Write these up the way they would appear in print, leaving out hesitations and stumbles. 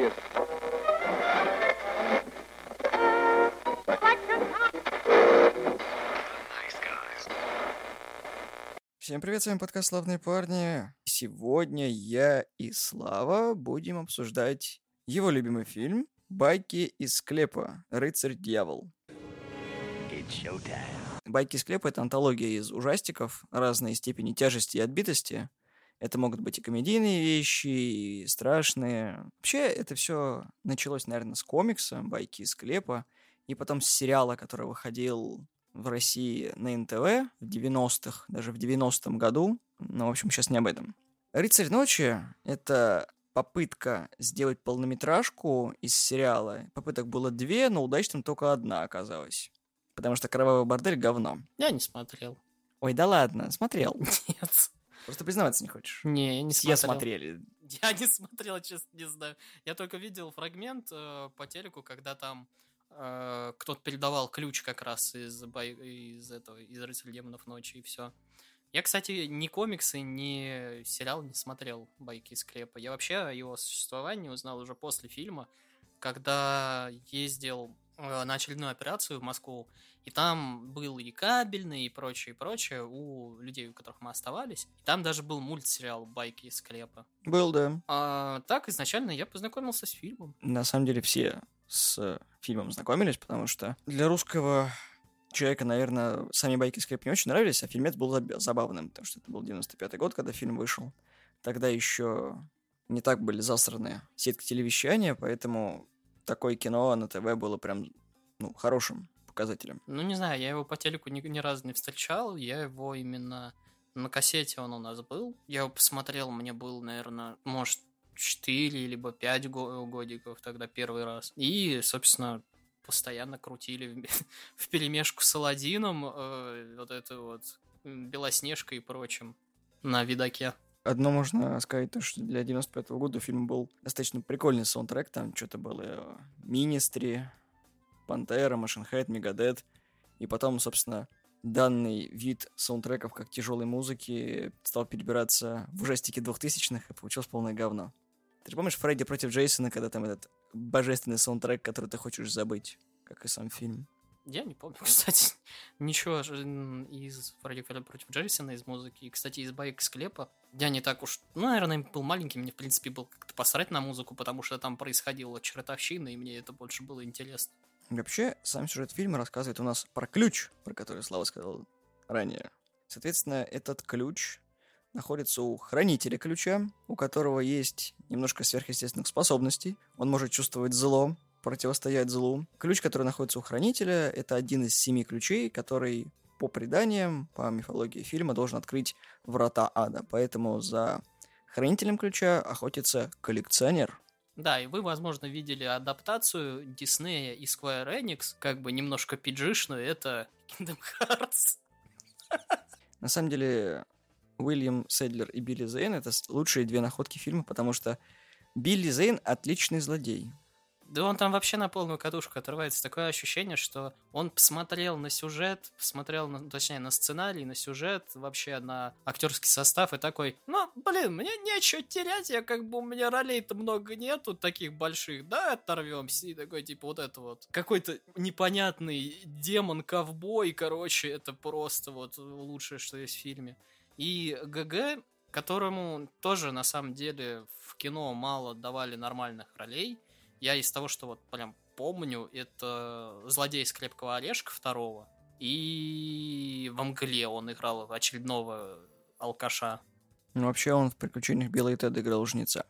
serious. Всем привет, с вами подкаст «Славные парни». Сегодня я и Слава будем обсуждать его любимый фильм «Байки из склепа. Рыцарь-дьявол». «Байки из склепа» — это антология из ужастиков разной степени тяжести и отбитости. Это могут быть и комедийные вещи, и страшные. Вообще, это все началось, наверное, с комикса «Байки из склепа», и потом с сериала, который выходил в России на НТВ в 90-х, даже в 90-м году. Но, в общем, сейчас не об этом. «Рыцарь ночи» — это попытка сделать полнометражку из сериала. Попыток было 2, но удачным только 1 оказалась. Потому что «Кровавый бордель» — говно. Я не смотрел. Ой, да ладно, смотрел. Нет. Просто признаваться не хочешь. Не, я не Все смотрел. смотрели. Я не смотрел, честно, не знаю. Я только видел фрагмент по телеку, когда там кто-то передавал ключ как раз из «Рыцаря демонов ночи» и все. Я, кстати, ни комиксы, ни сериал не смотрел «Байки из склепа». Я вообще о его существовании узнал уже после фильма, когда ездил на очередную операцию в Москву, и там был и кабельный, и прочее у людей, у которых мы оставались. И там даже был мультсериал «Байки из склепа». Был, да. А так, изначально я познакомился с фильмом. На самом деле все с фильмом знакомились, потому что для русского человека, наверное, сами «Байки из склепа» не очень нравились, а фильмец был забавным, потому что это был 95-й год, когда фильм вышел. Тогда еще не так были засраны сетки телевещания, поэтому такое кино на ТВ было прям, хорошим показателем. Ну, не знаю, я его по телеку ни разу не встречал, я его именно на кассете он у нас был. Я его посмотрел, мне было, наверное, может, 4 либо 5 годиков тогда первый раз. И, собственно, постоянно крутили вперемешку с Аладдином вот это вот Белоснежка и прочим на видаке. Одно можно сказать, то, что для 95-го года фильм был достаточно прикольный саундтрек. Там что-то было Министри, Пантера, Machine Head, Megadeth. И потом, собственно, данный вид саундтреков, как тяжелой музыки, стал перебираться в ужастики 2000-х и получилось полное говно. Ты же помнишь «Фредди против Джейсона», когда там этот божественный саундтрек, который ты хочешь забыть, как и сам фильм? Я не помню, кстати, ничего из «Фредди против Джейсона», из музыки. И, кстати, из «Байк склепа» я не так уж... наверное, был маленький, мне, в принципе, было как-то посрать на музыку, потому что там происходила чертовщина, и мне это больше было интересно. Вообще, сам сюжет фильма рассказывает у нас про ключ, про который Слава сказал ранее. Соответственно, этот ключ находится у хранителя ключа, у которого есть немножко сверхъестественных способностей. Он может чувствовать зло, противостоять злу. Ключ, который находится у хранителя, это один из 7 ключей, который, по преданиям, по мифологии фильма, должен открыть врата ада. Поэтому за хранителем ключа охотится коллекционер. Да, и вы, возможно, видели адаптацию Диснея и Square Enix, как бы немножко пиджишную, это Kingdom Hearts. На самом деле, Уильям Сэдлер и Билли Зейн — это лучшие 2 находки фильма, потому что Билли Зейн — отличный злодей. Да он там вообще на полную катушку отрывается. Такое ощущение, что он посмотрел на сюжет, точнее, на сценарий, на сюжет, вообще на актерский состав и такой, мне нечего терять, у меня ролей-то много нету таких больших, да, оторвемся. И такой, типа, вот это вот. Какой-то непонятный демон-ковбой, короче, это просто вот лучшее, что есть в фильме. И ГГ, которому тоже, на самом деле, в кино мало давали нормальных ролей. Я из того, что вот прям помню, это «Злодей из крепкого орешка» 2, и в «Мгле» он играл очередного алкаша. Вообще он в «Приключениях Билла и Теда» играл жнеца.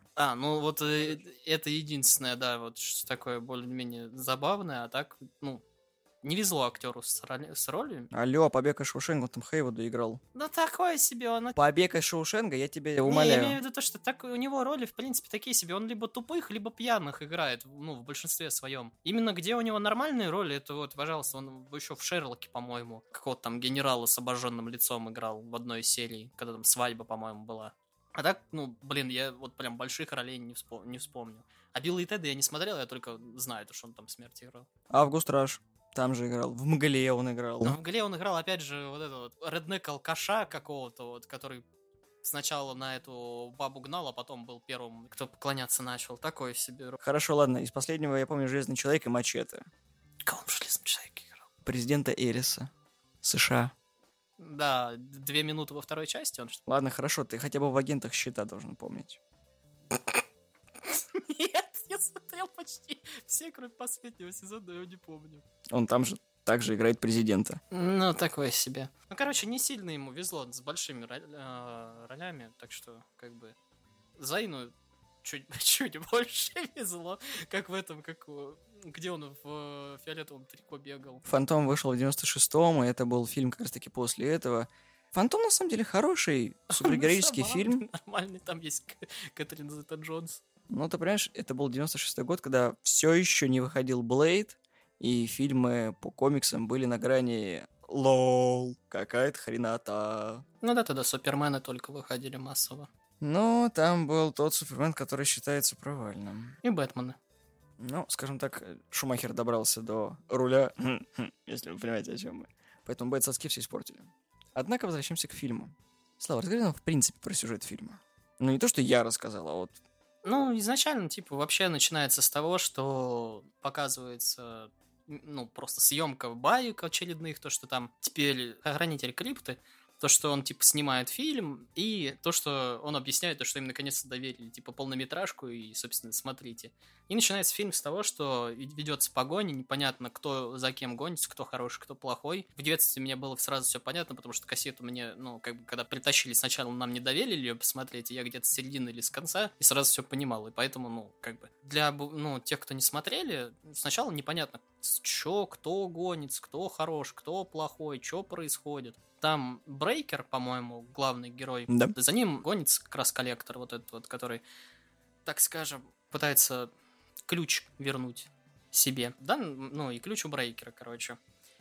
Это единственное, да, вот что такое более-менее забавное, а так, не везло актеру с ролью. Алло, «Побег из Шоушенка», он там Хейвуда играл. Да такое себе он. «Побег из Шоушенка», я тебя умоляю. Не, я имею в виду то, что у него роли, в принципе, такие себе. Он либо тупых, либо пьяных играет, в большинстве своем. Именно где у него нормальные роли, это вот, пожалуйста, он еще в «Шерлоке», по-моему, какого-то там генерала с обожженным лицом играл в одной из серий, когда там свадьба, по-моему, была. А так, я вот прям больших ролей не вспомню. А Билла и Теда я не смотрел, я только знаю, что он там смерти играл. Август Раш там же играл. В «Мгле» он играл. Но в «Мгле» он играл, опять же, вот этого вот реднек-алкаша какого-то, вот, который сначала на эту бабу гнал, а потом был первым, кто поклоняться начал. Такой себе. Хорошо, ладно, из последнего я помню «Железный человек» и «Мачете». Кого он в «Железном человеке» играл? Президента Эриса. США. Да, 2 минуты во второй части он что? Ладно, хорошо, ты хотя бы в «Агентах щита» должен помнить. Нет, я смотрел почти все, кроме последнего сезона, я его не помню. Он там же также играет президента. Ну, такое себе. Ну, короче, не сильно ему везло с большими ролями, так что, как бы, Зайну чуть больше везло, как в этом, где он в фиолетовом трико бегал. «Фантом» вышел в 96-м, и это был фильм как раз-таки после этого. «Фантом» на самом деле хороший супергероический фильм. Нормальный, там есть Кэтрин Зета-Джонс. Ну, ты понимаешь, это был 96-й год, когда все еще не выходил «Блейд», и фильмы по комиксам были на грани «Лол, какая-то хренота». Ну да, тогда Супермены только выходили массово. Но там был тот Супермен, который считается провальным. И Бэтмены. Ну, скажем так, Шумахер добрался до руля, если вы понимаете, о чем мы. Поэтому бойцовски все испортили. Однако возвращаемся к фильму. Слава, расскажи нам в принципе про сюжет фильма. Ну, не то, что я рассказал, а вот... Ну, изначально, типа, вообще начинается с того, что показывается, ну, просто съемка баек очередных, то, что там теперь Хранитель крипты, то, что он, типа, снимает фильм, и то, что он объясняет, то, что им наконец-то доверили, типа, полнометражку, и, собственно, смотрите. И начинается фильм с того, что ведется погоня, непонятно, кто за кем гонится, кто хороший, кто плохой. В детстве мне было сразу все понятно, потому что кассету мне, ну, как бы, когда притащили сначала, нам не доверили ее посмотреть, и я где-то с середины или с конца, и сразу все понимал, и поэтому, ну, как бы, для, ну, тех, кто не смотрели, сначала непонятно, что, кто гонится, кто хорош, кто плохой, что происходит. Там Брейкер, по-моему, главный герой. Да. За ним гонится как раз коллектор, вот этот вот, который, так скажем, пытается ключ вернуть себе. Да, ну и ключ у Брейкера, короче.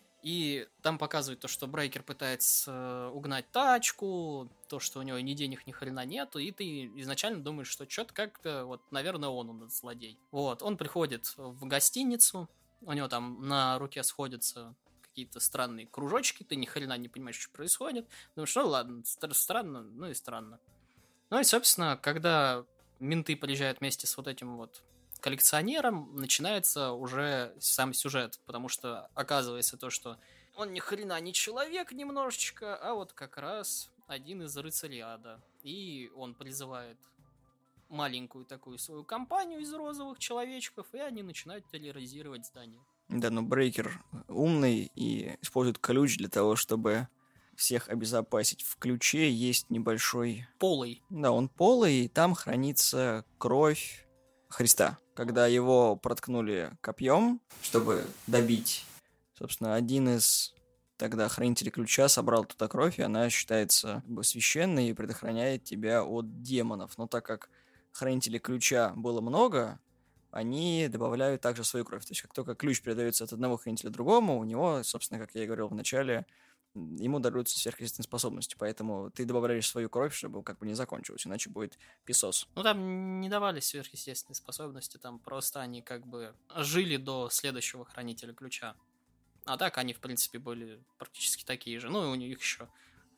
И там показывают то, что Брейкер пытается угнать тачку, то, что у него ни денег, ни хрена нету, и ты изначально думаешь, что что-то как-то, вот, наверное, он этот злодей. Вот, он приходит в гостиницу, у него там на руке сходятся какие-то странные кружочки, ты ни хрена не понимаешь, что происходит. Думаешь, ну ладно, странно, ну и странно. Ну и, собственно, когда менты приезжают вместе с вот этим вот коллекционером, начинается уже сам сюжет, потому что оказывается то, что он ни хрена не человек немножечко, а вот как раз один из рыцарей ада. И он призывает маленькую такую свою компанию из розовых человечков, и они начинают терроризировать здание. Да, но Брейкер умный и использует ключ для того, чтобы всех обезопасить. В ключе есть небольшой... Полый. Да, он полый, и там хранится кровь Христа. Когда его проткнули копьем, чтобы добить, собственно, один из тогда хранителей ключа собрал туда кровь, и она считается как бы священной и предохраняет тебя от демонов. Но так как хранителей ключа было много, они добавляют также свою кровь. То есть, как только ключ передается от одного хранителя другому, у него, собственно, как я и говорил в начале, ему даруются сверхъестественные способности. Поэтому ты добавляешь свою кровь, чтобы как бы не закончилось, иначе будет писос. Ну, там не давали сверхъестественные способности, там просто они как бы жили до следующего хранителя ключа. А так они, в принципе, были практически такие же. Ну, и у них еще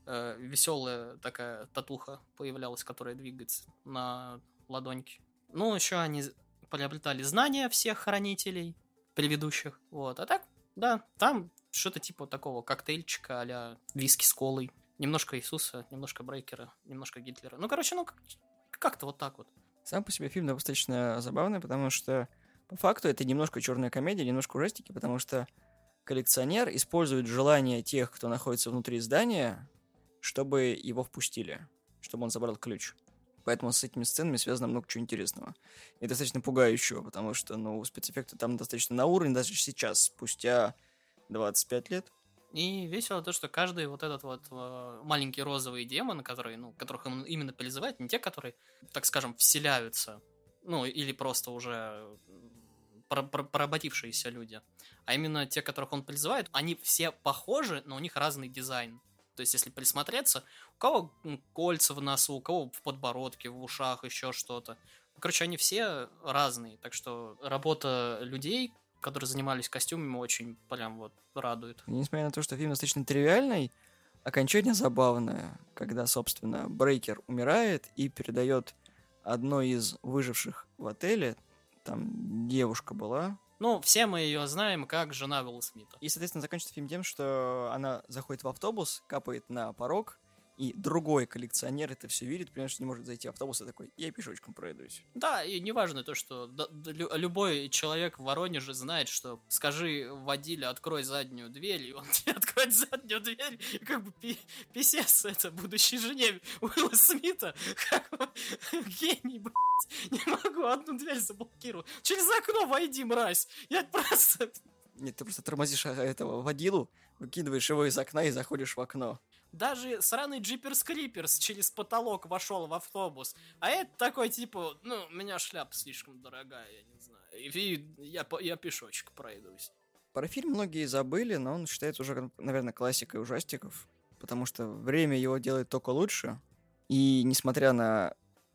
веселая такая татуха появлялась, которая двигается на ладоньке. Ну, еще они приобретали знания всех хранителей предыдущих. Вот. А так, да, там что-то типа такого коктейльчика а-ля виски с колой. Немножко Иисуса, немножко Брейкера, немножко Гитлера. Ну, короче, ну, как-то вот так вот. Сам по себе фильм достаточно забавный, потому что по факту это немножко черная комедия, немножко ужастики, потому что коллекционер использует желание тех, кто находится внутри здания, чтобы его впустили, чтобы он забрал ключ. Поэтому с этими сценами связано много чего интересного. И достаточно пугающего, потому что, ну, спецэффекты там достаточно на уровне даже сейчас, спустя 25 лет. И весело то, что каждый вот этот вот маленький розовый демон, который, ну, которых он именно призывает, не те, которые, так скажем, вселяются, ну, или просто уже поработившиеся люди, а именно те, которых он призывает, они все похожи, но у них разный дизайн. То есть, если присмотреться, у кого кольца в носу, у кого в подбородке, в ушах, еще что-то. Короче, они все разные. Так что работа людей, которые занимались костюмами, очень прям вот радует. И несмотря на то, что фильм достаточно тривиальный, окончание забавное, когда, собственно, Брейкер умирает и передает одной из выживших в отеле, там девушка была. Ну, все мы ее знаем как жена Уилла Смита. И, соответственно, заканчивается фильм тем, что она заходит в автобус, капает на порог, и другой коллекционер это все видит, понимаешь, что не может зайти в автобус, и такой, я пешочком пройдусь. Да, и неважно то, что любой человек в Воронеже знает, что скажи водиле, открой заднюю дверь, и он тебе откроет заднюю дверь, и как бы писец, это будущей жене Уилла Смита, как бы, гений, блядь, не могу, одну дверь заблокирую. Через окно войди, мразь, я просто... Нет, ты просто тормозишь этого водилу, выкидываешь его из окна и заходишь в окно. Даже сраный Джиперс Криперс через потолок вошел в автобус. А это такой, типа, ну, у меня шляпа слишком дорогая, я не знаю. И я пешочек пройдусь. Про фильм многие забыли, но он считается уже, наверное, классикой ужастиков, потому что время его делает только лучше. И несмотря на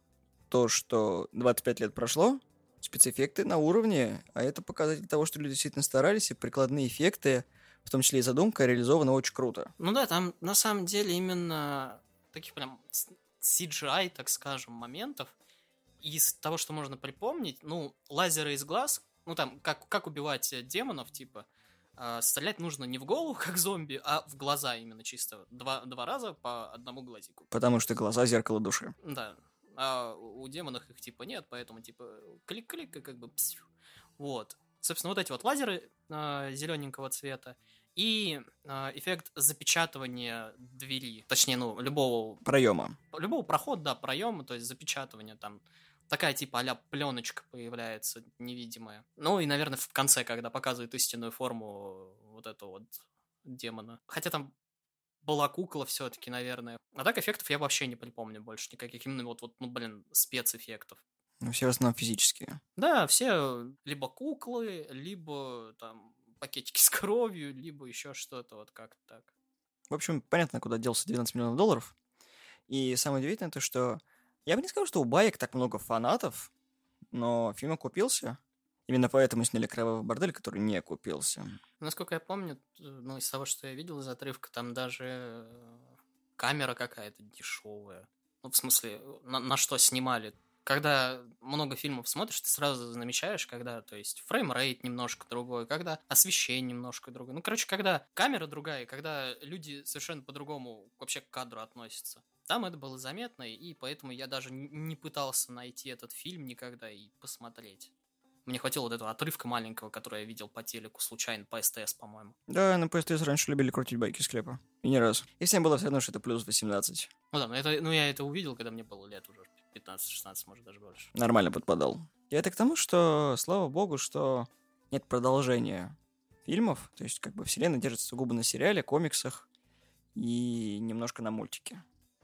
то, что 25 лет прошло, спецэффекты на уровне, а это показатель того, что люди действительно старались, и прикладные эффекты, в том числе и задумка, реализованы очень круто. Ну да, там на самом деле именно таких прям CGI, так скажем, моментов. Из того, что можно припомнить, ну, лазеры из глаз, ну там, как убивать демонов, типа, стрелять нужно не в голову, как зомби, а в глаза именно чисто. Два раза по одному глазику. Потому что глаза — зеркало души. Да. А у демонов их типа нет, поэтому типа клик-клик и как бы псю. Вот. Собственно, вот эти вот лазеры зелененького цвета и эффект запечатывания двери, точнее, ну, любого прохода, да, проема, то есть запечатывания там. Такая типа а-ля пленочка появляется невидимая. Ну и, наверное, в конце, когда показывает истинную форму вот этого вот демона. Хотя там была кукла все-таки, наверное. А так эффектов я вообще не припомню больше никаких. Именно вот ну, блин, спецэффектов. Ну, все в основном физические. Да, все либо куклы, либо там пакетики с кровью, либо еще что-то вот как-то так. В общем, понятно, куда делся 12 миллионов долларов. И самое удивительное то, что я бы не сказал, что у баек так много фанатов, но фильм окупился. Именно поэтому сняли «Кровавый бордель», который не окупился. Насколько я помню, ну, из того, что я видел из отрывка, там даже камера какая-то дешевая. Ну, в смысле, на что снимали. Когда много фильмов смотришь, ты сразу замечаешь, когда, то есть, фреймрейт немножко другой, когда освещение немножко другое. Ну, короче, когда камера другая, когда люди совершенно по-другому вообще к кадру относятся. Там это было заметно, и поэтому я даже не пытался найти этот фильм никогда и посмотреть. Мне хватило вот этого отрывка маленького, который я видел по телеку случайно, по СТС, по-моему. Да, на ПСТС раньше любили крутить байки с клепа. И не раз. И всем было все равно, что это плюс 18. Ну да, я это увидел, когда мне было лет уже 15-16, может, даже больше. Нормально подпадал. И это к тому, что, слава богу, что нет продолжения фильмов. То есть, как бы, вселенная держится сугубо на сериале, комиксах и немножко на мультике.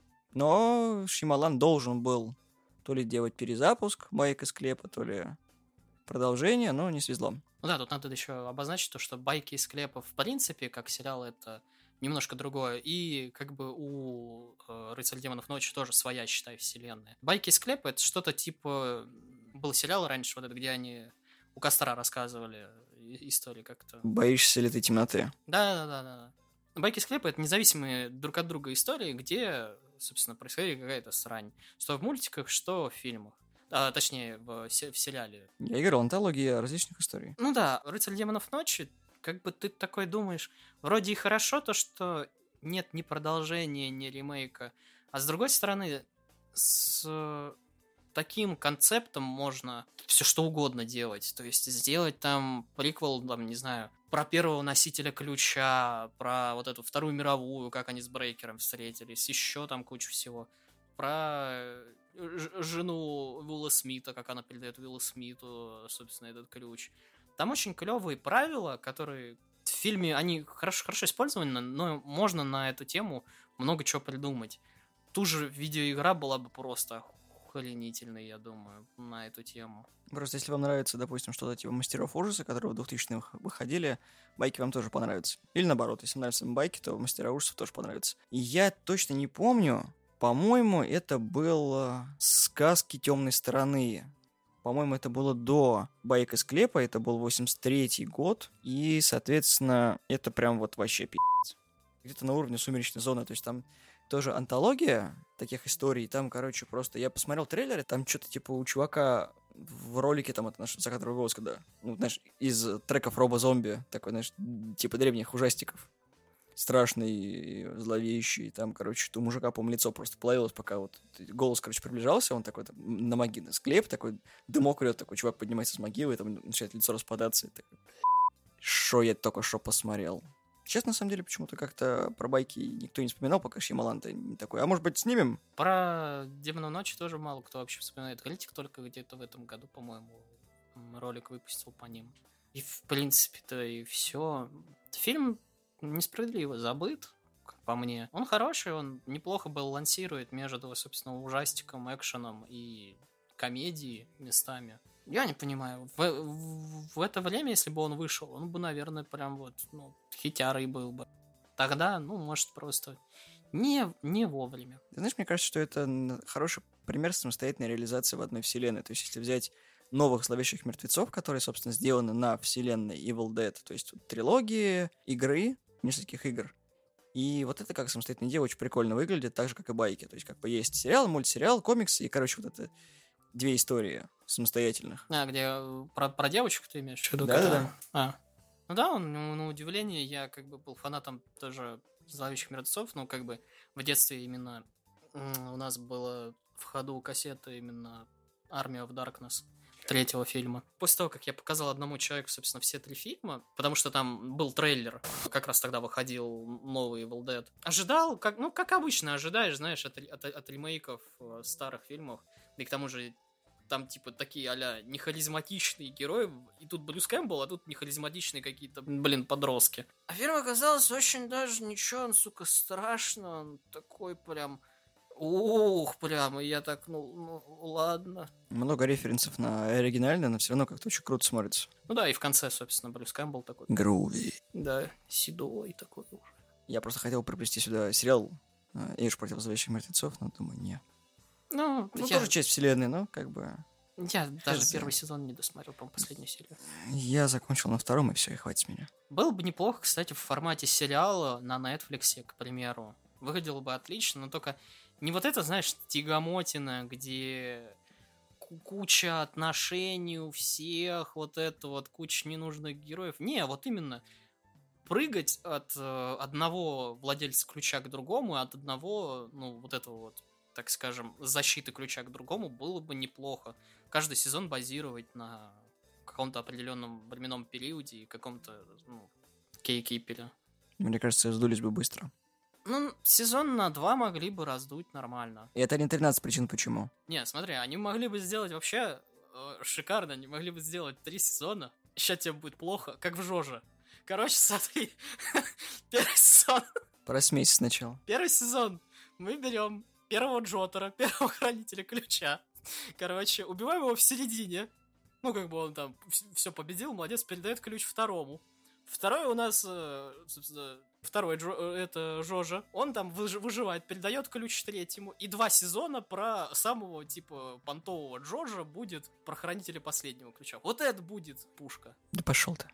Но Шьямалан должен был то ли делать перезапуск байк из клепа, то ли продолжение, но не свезло. Ну да, тут надо еще обозначить то, что «Байки из склепа» в принципе, как сериал, это немножко другое. И как бы у «Рыцарь демонов ночи» тоже своя, считай, вселенная. «Байки из склепа» — это что-то типа... Был сериал раньше, вот этот, где они у костра рассказывали истории как-то. Боишься ли ты темноты? Да. «Байки из склепа» — это независимые друг от друга истории, где, собственно, происходит какая-то срань. Что в мультиках, что в фильмах. Точнее, в сериале. Я играл антологии различных историй. Ну да, «Рыцарь демонов ночи», как бы ты такой думаешь, вроде и хорошо то, что нет ни продолжения, ни ремейка, а с другой стороны, с таким концептом можно все что угодно делать. То есть сделать там приквел, там, не знаю, про первого носителя ключа, про вот эту Вторую мировую, как они с Брейкером встретились, еще там кучу всего. Про жену Уилла Смита, как она передает Уиллу Смиту, собственно, этот ключ. Там очень клевые правила, которые в фильме, они хорошо использованы, но можно на эту тему много чего придумать. Ту же видеоигра была бы просто охренительной, я думаю, на эту тему. Просто если вам нравится, допустим, что-то типа «Мастеров ужаса», которые в 2000-х выходили, байки вам тоже понравятся. Или наоборот, если нравятся байки, то «Мастера ужасов» тоже понравятся. И я точно не помню, по-моему, это был «Сказки темной стороны». По-моему, это было до «Байк из склепа», это был 83-й год, и, соответственно, это прям вот вообще пи***ц. где-то на уровне «Сумеречной зоны». То есть там тоже антология таких историй. Там, короче, просто... Я посмотрел трейлеры, там что-то типа у чувака в ролике, там, это наш «Закадровый голос», когда, ну, знаешь, из треков «Робо-зомби», такой, знаешь, типа древних ужастиков. Страшный, зловещий, там, короче, что у мужика, по-моему, лицо просто плавилось, пока вот голос, короче, приближался, он такой там, на могиле склеп, такой, дымок идет, такой чувак поднимается с могилы, и там начинает лицо распадаться, и такой, шо я только что посмотрел. Сейчас, на самом деле, почему-то как-то про байки никто не вспоминал, пока Шьямалан-то не такой. А может быть, снимем? Про «Демона ночи» тоже мало кто вообще вспоминает. Критик только где-то в этом году, по-моему, ролик выпустил по ним. И, в принципе-то, и все. Фильм несправедливо забыт, как по мне. Он хороший, он неплохо балансирует между, собственно, ужастиком, экшеном и комедией местами. Я не понимаю. В это время, если бы он вышел, он бы, наверное, прям вот, ну, хитярой был бы. Тогда, ну, может, просто не вовремя. Ты знаешь, мне кажется, что это хороший пример самостоятельной реализации в одной вселенной. То есть, если взять новых «Зловещих мертвецов», которые, собственно, сделаны на вселенной Evil Dead, то есть трилогии, игры, нескольких игр. И вот это как самостоятельная идея очень прикольно выглядит, так же, как и байки. То есть, как бы есть сериал, мультсериал, комиксы, и, короче, вот это две истории самостоятельных. Где про девочку ты имеешь в виду? Да. Ну да, на удивление, я как бы был фанатом тоже «Зловещих мертвецов», ну как бы в детстве именно у нас было в ходу кассета именно «Army of Darkness», третьего фильма. После того, как я показал одному человеку, собственно, все 3 фильма, потому что там был трейлер, как раз тогда выходил новый Evil Dead, ожидал, как обычно ожидаешь, знаешь, от ремейков старых фильмов, и к тому же там, типа, такие а-ля нехаризматичные герои, и тут Брюс Кэмпбелл, а тут нехаризматичные какие-то, подростки. А фильм оказался очень даже ничего, он, сука, страшно, он такой прям... прям, и я так, ну, ладно. Много референсов на оригинальное, но все равно как-то очень круто смотрится. Ну да, и в конце, собственно, Брюс Кэмпбелл такой. Груви. Да, седой такой уже. Я просто хотел приплести сюда сериал «Эш против зловещих мертвецов», но думаю, не. Ну, тоже часть вселенной, но как бы... Я даже первый сезон не досмотрел, по-моему, последнюю серию. Я закончил на 2, и все, и хватит с меня. Было бы неплохо, кстати, в формате сериала на Netflix, к примеру. Выглядело бы отлично, но только не вот это, знаешь, тягомотина, где куча отношений у всех, вот это вот, куча ненужных героев. Не, вот именно прыгать от одного владельца ключа к другому, от одного, ну, вот этого вот, так скажем, защиты ключа к другому было бы неплохо. Каждый сезон базировать на каком-то определенном временном периоде и каком-то, ну, кейкипере. Мне кажется, сдулись бы быстро. Ну, сезон на 2 могли бы раздуть нормально. И это не 13 причин почему. Не, смотри, они могли бы сделать вообще шикарно, они могли бы сделать 3 сезона. Сейчас тебе будет плохо, как в Жоже. Короче, смотри, первый сезон. Просмейся сначала. Первый сезон мы берем первого Джотера, первого хранителя ключа. Короче, убиваем его в середине. Ну, как бы он там все победил, молодец, передает ключ второму. Второй у нас, собственно, второй это Жожа. Он там выживает, передает ключ третьему. И 2 сезона про самого, типа, понтового Джорджа будет про хранителя последнего ключа. Вот это будет пушка. Да пошел ты.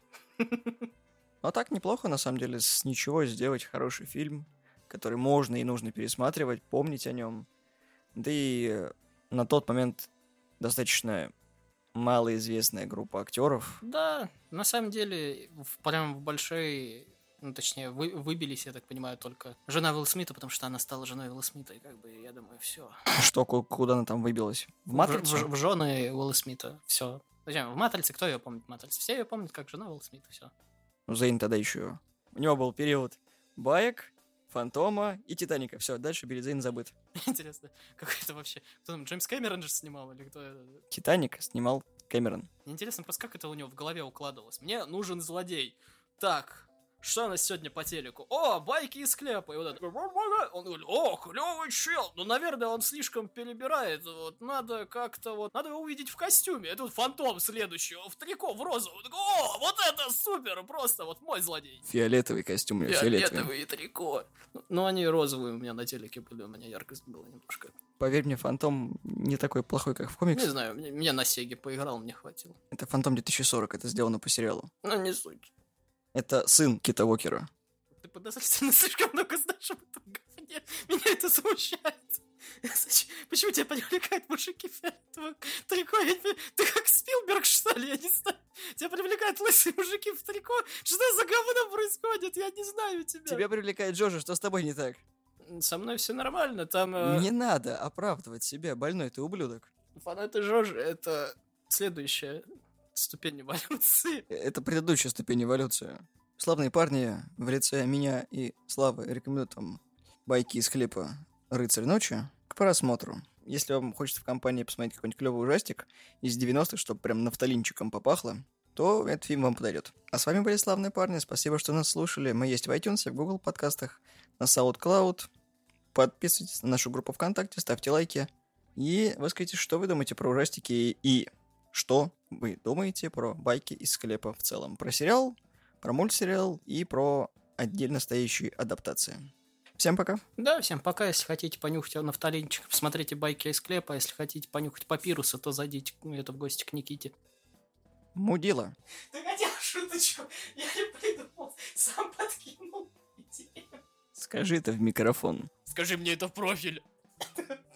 А так неплохо, на самом деле, с ничего сделать хороший фильм, который можно и нужно пересматривать, помнить о нем. Да и на тот момент достаточно малоизвестная группа актеров. Да, на самом деле, прям в большой, ну, точнее, выбились, я так понимаю, только жена Уилла Смита, потому что она стала женой Уилла Смита, и как бы, я думаю, все. Что, куда она там выбилась? В «Матрицу»? В жены Уилла Смита, все. Зачем? В «Матрице» кто ее помнит? «Матрица»? Все ее помнят как жена Уилла Смита, все. Ну, Зейн тогда еще... У него был период баек, Фантома и Титаника. Все, дальше Билли Зейн забыт. Интересно, какой это вообще... Кто там, Джеймс Кэмерон же снимал, или кто это? Титаник снимал Кэмерон. Мне интересно просто, как это у него в голове укладывалось. Мне нужен злодей. Так, что у нас сегодня по телеку? О, байки из склепа. И вот это... Он говорит, о, клевый чел. Ну, наверное, он слишком перебирает. Вот, надо как-то вот... Надо его увидеть в костюме. Это вот Фантом следующий. В трико, в розовом. О, вот это супер. Просто вот мой злодей. Фиолетовый костюм. Фиолетовый и трико. Ну, они розовые у меня на телеке были. У меня яркость была немножко. Поверь мне, Фантом не такой плохой, как в комиксах. Не знаю, мне на Сеге поиграл, мне хватило. Это Фантом 2040, это сделано по сериалу. Ну, не суть. Это сын Кита Уокера. Ты подозрительно слишком много знаешь об этом говне. Меня это смущает. Почему тебя привлекают мужики в фиолетовых трико? Ты как Спилберг, что ли? Я не знаю. Тебя привлекают лысые мужики в трико? Что за говно происходит? Я не знаю тебя. Тебя привлекает Джоджо, что с тобой не так? Со мной все нормально, там... Не надо оправдывать себя, больной ты ублюдок. Фанаты Жожи — это следующая ступень эволюции. Это предыдущая ступень эволюции. Славные парни в лице меня и Славы рекомендуют вам байки из хлеба «Рыцарь ночи» к просмотру. Если вам хочется в компании посмотреть какой-нибудь клевый ужастик из 90-х, чтобы прям нафталинчиком попахло, то этот фильм вам подойдет. А с вами были славные парни. Спасибо, что нас слушали. Мы есть в iTunes, в Google подкастах, на SoundCloud. Подписывайтесь на нашу группу ВКонтакте, ставьте лайки. И выскажите, что вы думаете про ужастики и что вы думаете про байки из склепа в целом. Про сериал, про мультсериал и про отдельно стоящие адаптации. Всем пока. Да, всем пока. Если хотите понюхать нафталинчик, посмотрите байки из склепа. Если хотите понюхать папируса, то зайдите в гости к Никите. Мудила. Ты хотел шуточку? Я не придумал. Сам подкинул идею. Скажи это в микрофон. Скажи мне это в профиль.